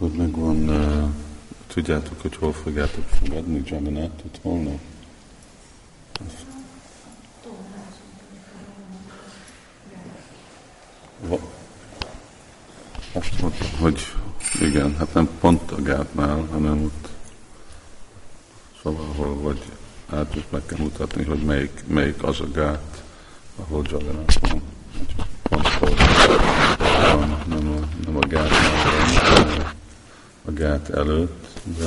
Akkor megvan, tudjátok, hogy hol fogjátok fogadni Jagannath-ot holnap? Azt mondtam, hogy igen, hát nem pont a gátnál, hanem ott valahol, vagy át is meg kell mutatni, hogy melyik az a gát, ahol Jagannath van. Pont hol van, nem a gátnál van, a gát előtt, de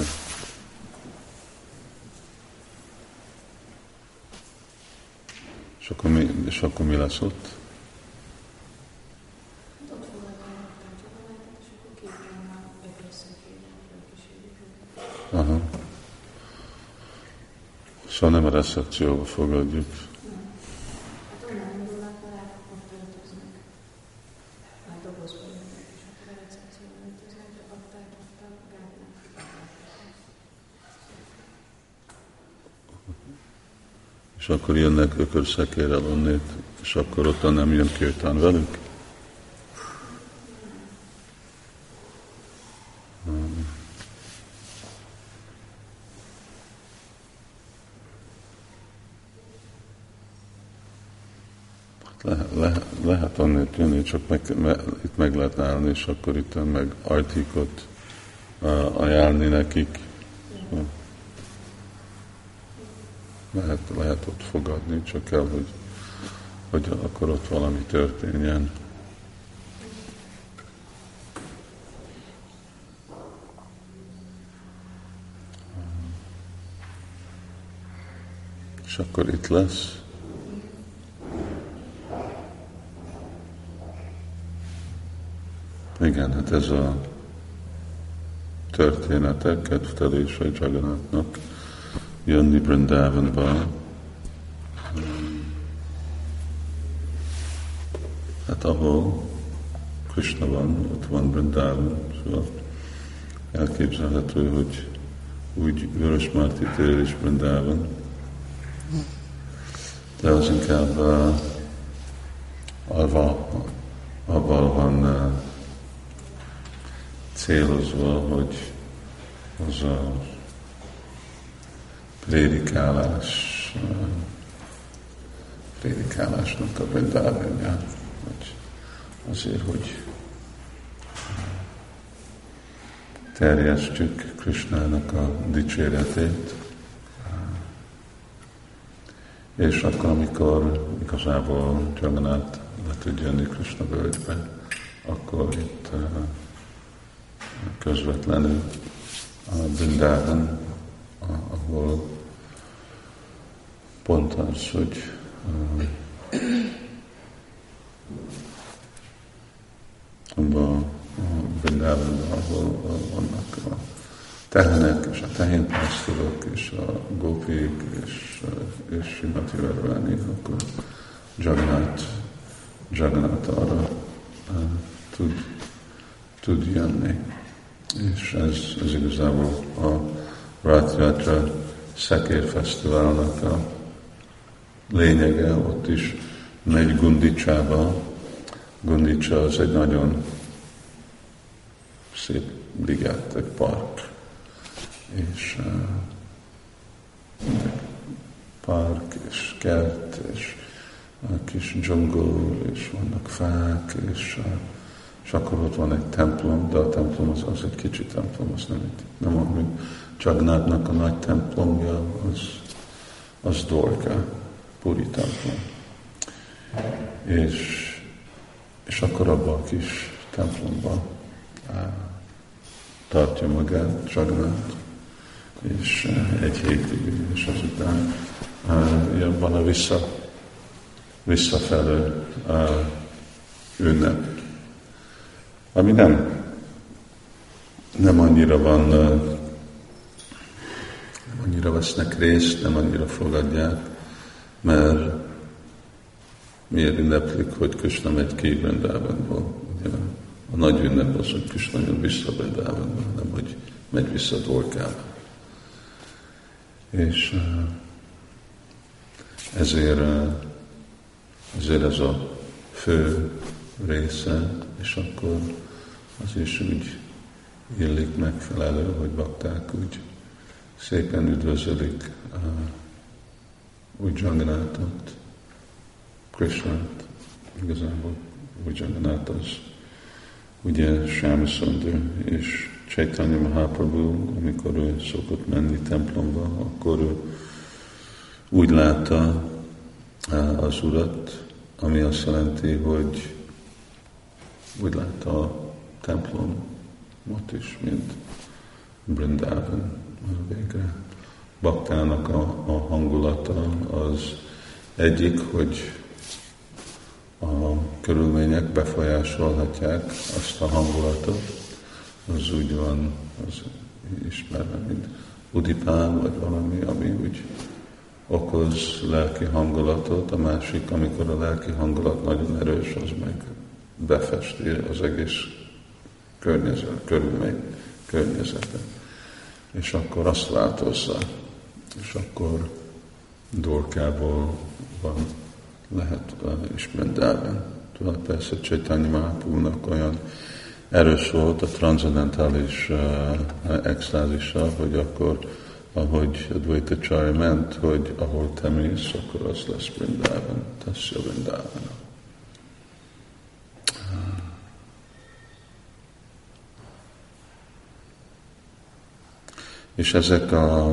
és akkor mi lesz ott? Aha. Szóval nem a recepcióba fogadjuk. És akkor jönnek ökörszekérrel onnét, és akkor ott nem jön kirtán velük? Lehet onnét jönni, csak itt meg lehet állni, és akkor itt meg artikot ajánlni nekik. Lehet ott fogadni, csak kell, hogy akkor ott valami történjen. És akkor itt lesz. Igen, hát ez a történetek, kedvtelése Jagannathnak jönni Vrindavanba. Hát ahol Krishna van, ott van Vrindavan, szóval elképzelhető, hogy úgy Vörösmarty tér is Vrindavan, de az inkább avval van célozva, hogy az a prédikálásnak a Vrindavanja, azért, hogy terjesztjük Krishnának a dicséretét, és akkor, amikor igazából Jagannath le tud jönni Krishna völgybe, akkor itt közvetlenül a Vrindavan, ahol pont az, hogy abban a Vrindavanban, ahol vannak a tehenek, és a tehénpásztorok, és a gópik, és Srimati Radharani, akkor Jagannath arra tud jönni. És ez igazából a Rath Yatra Szekér Fesztiválnak a lényege, ott is megy Gundicsába. Gundica az egy nagyon szép liget, egy park. És park, és kert, és kis dzsungel, és vannak fák, és akkor ott van egy templom, de a templom az egy kicsi templom, az nem olyan, mint Jagannathnak a nagy templomja, az Dwarka, Puri templom. És akkor abban a kis templomban tartja magát Jagannath, és egy hétig, és azután van a visszafelé ünnep. Ami nem annyira van, nem annyira vesznek részt, nem annyira fogadják, mert miért ünneplik, hogy Krishna megy ki Vrindavanból. A nagy ünnep az, hogy Krishna jön vissza Vrindavanba, nem hogy megy vissza Dwarkába. És ezért ez a fő része, és akkor az is úgy illik, megfelelő, hogy bakták úgy szépen üdvözölik úgy Jagannathat, Krishnát, igazából úgy Jagannath az ugye Shyamsundar és Chaitanya Mahaprabhu, amikor ő szokott menni templomba, akkor ő úgy látta az Urat, ami azt jelenti, hogy úgy látta a templomot is, mint Brindavan végre. Baktának a hangulata az egyik, hogy a körülmények befolyásolhatják azt a hangulatot, az úgy van, az ismerve, mint udipán, vagy valami, ami úgy okoz lelki hangulatot, a másik, amikor a lelki hangulat nagyon erős, az meg befesti az egész környezetet. És akkor azt változza, és akkor Dorkából van, lehet is Brindában. Tudod, persze Chaitanya Mahaprabhunak olyan erős volt a transzendentális extázisa, hogy akkor, ahogy Advaita Charya ment, hogy ahol te mész, akkor az lesz Brindában, Tasya Brindában. És ezek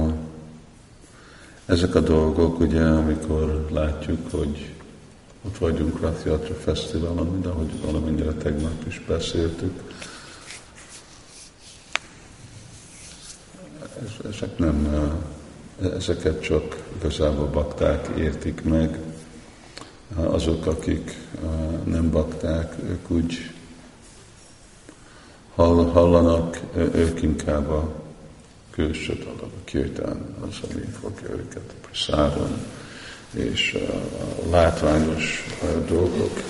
a dolgok, ugye, amikor látjuk, hogy ott vagyunk Rath Yatra Fesztiválon, de ahogy valamennyire tegnap is beszéltük, ezeket csak igazából bakták értik meg. Azok, akik nem bakták, ők úgy hallanak, ők inkább a külső dolog, a kirtán, az, ami fogja őket a prasádon, és a látványos dolgok,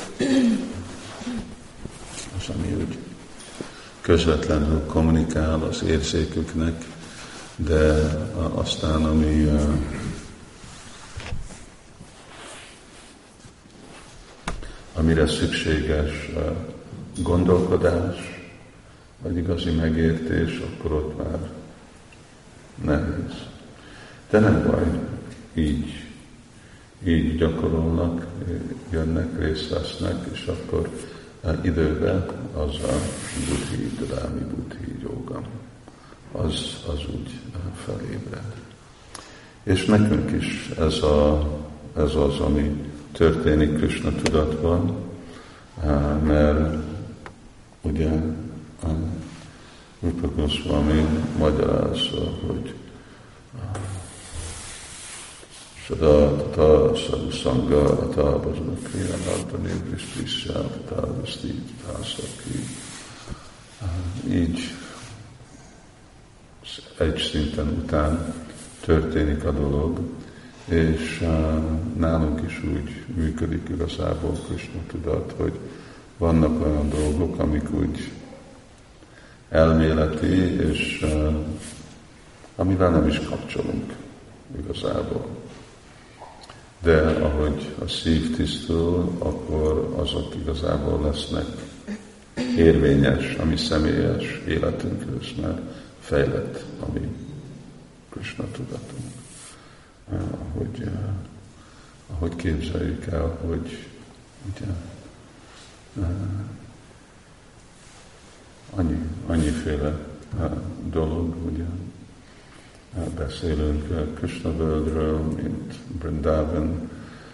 az, ami úgy közvetlenül kommunikál az érzéküknek, de aztán, amire szükséges gondolkodás, vagy igazi megértés, akkor ott már nehéz. De nem baj, így gyakorolnak, jönnek, részt vesznek, és akkor időben az a buddhi, drámi buddhi jóga, az úgy felébred. És nekünk is ez az, ami történik Krishna tudatban, mert ugye Rupa Goswami magyarázza, hogy Sada tata sadhusanga ata bhajana kriya nardani vrishtisya tata vishti tásaki. Így egy szinten után történik a dolog, és nálunk is úgy működik igazából Krishna tudat, hogy vannak olyan dolgok, amik úgy elméleti, és amivel nem is kapcsolunk igazából. De ahogy a szív tisztul, akkor azok igazából lesznek érvényes, ami személyes életünkhöz, mert fejlett, ami Krishna tudatunk. Ahogy képzeljük el, hogy ugye, annyiféle dolog, ugye, beszélünk Krishna völgyről, mint Brindavan,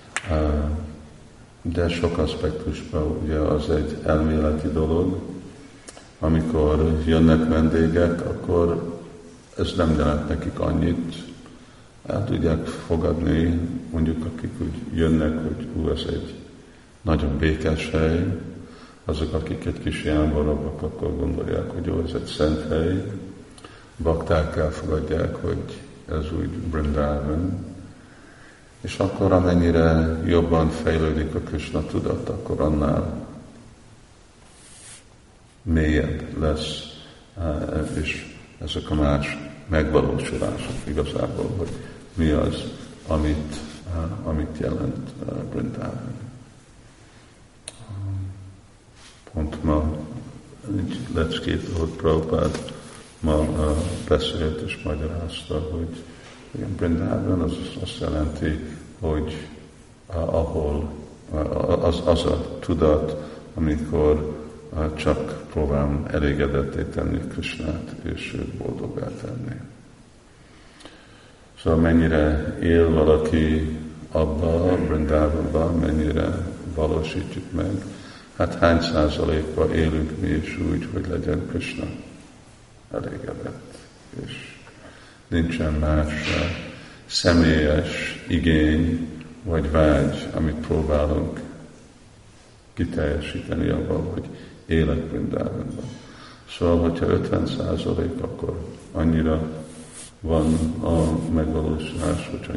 de sok aspektusban ugye az egy elméleti dolog. Amikor jönnek vendégek, akkor ez nem jelent nekik annyit. El tudják fogadni, mondjuk akik úgy jönnek, hogy ez egy nagyon békés hely, azok, akik egy kis jámbarabbak, akkor gondolják, hogy ez egy szent hely. Bakták elfogadják, hogy ez úgy Brindavan, és akkor amennyire jobban fejlődik a Krishna tudat, akkor annál mélyebb lesz, és ezek a más megvalósulások igazából, hogy mi az, amit jelent Brindavan. Pont ma egy leckét, ahogy Prabhupád ma beszélt és magyarázta, hogy Brindában az azt jelenti, hogy ahol az a tudat, amikor csak próbálom elégedetté tenni Krishnát, és őt boldoggá tenni. Szóval mennyire él valaki abba, Brindavanban, mennyire valósítjuk meg, hát hány százalékban élünk mi is úgy, hogy legyen Krishna elégedett, és nincsen más személyes igény vagy vágy, amit próbálunk kiteljesíteni abban, hogy élek Brindavanban. Szóval, hogyha 50%, akkor annyira van a megvalósulás, hogyha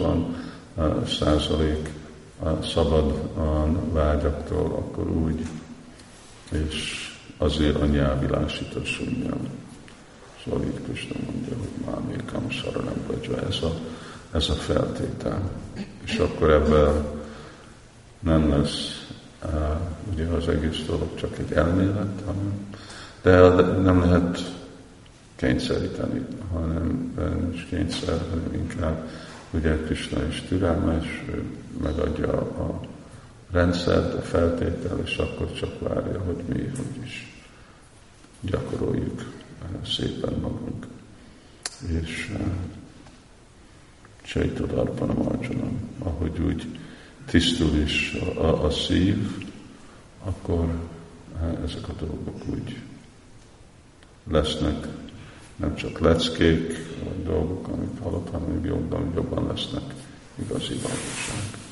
80% szabad a vágyaktól, akkor úgy, és azért a nyelvilásító sunyam. Szóval így Krishna mondja, hogy mámékam saranam vraja, ez a feltétel. És akkor ebben nem lesz ugye az egész dolog csak egy elmélet, de nem lehet kényszeríteni, hanem nincs kényszer, hanem inkább ugye Krishna is türelmes, ő megadja a rendszert, a feltétel, és akkor csak várja, hogy mi hogy is gyakoroljuk szépen magunk. És Csaitadarpanam Arjunam, ahogy úgy tisztul is a szív, akkor ezek a dolgok úgy lesznek, nem csak leckék, vagy dolgok, amit hallott, hanem jobban lesznek igazi valóság.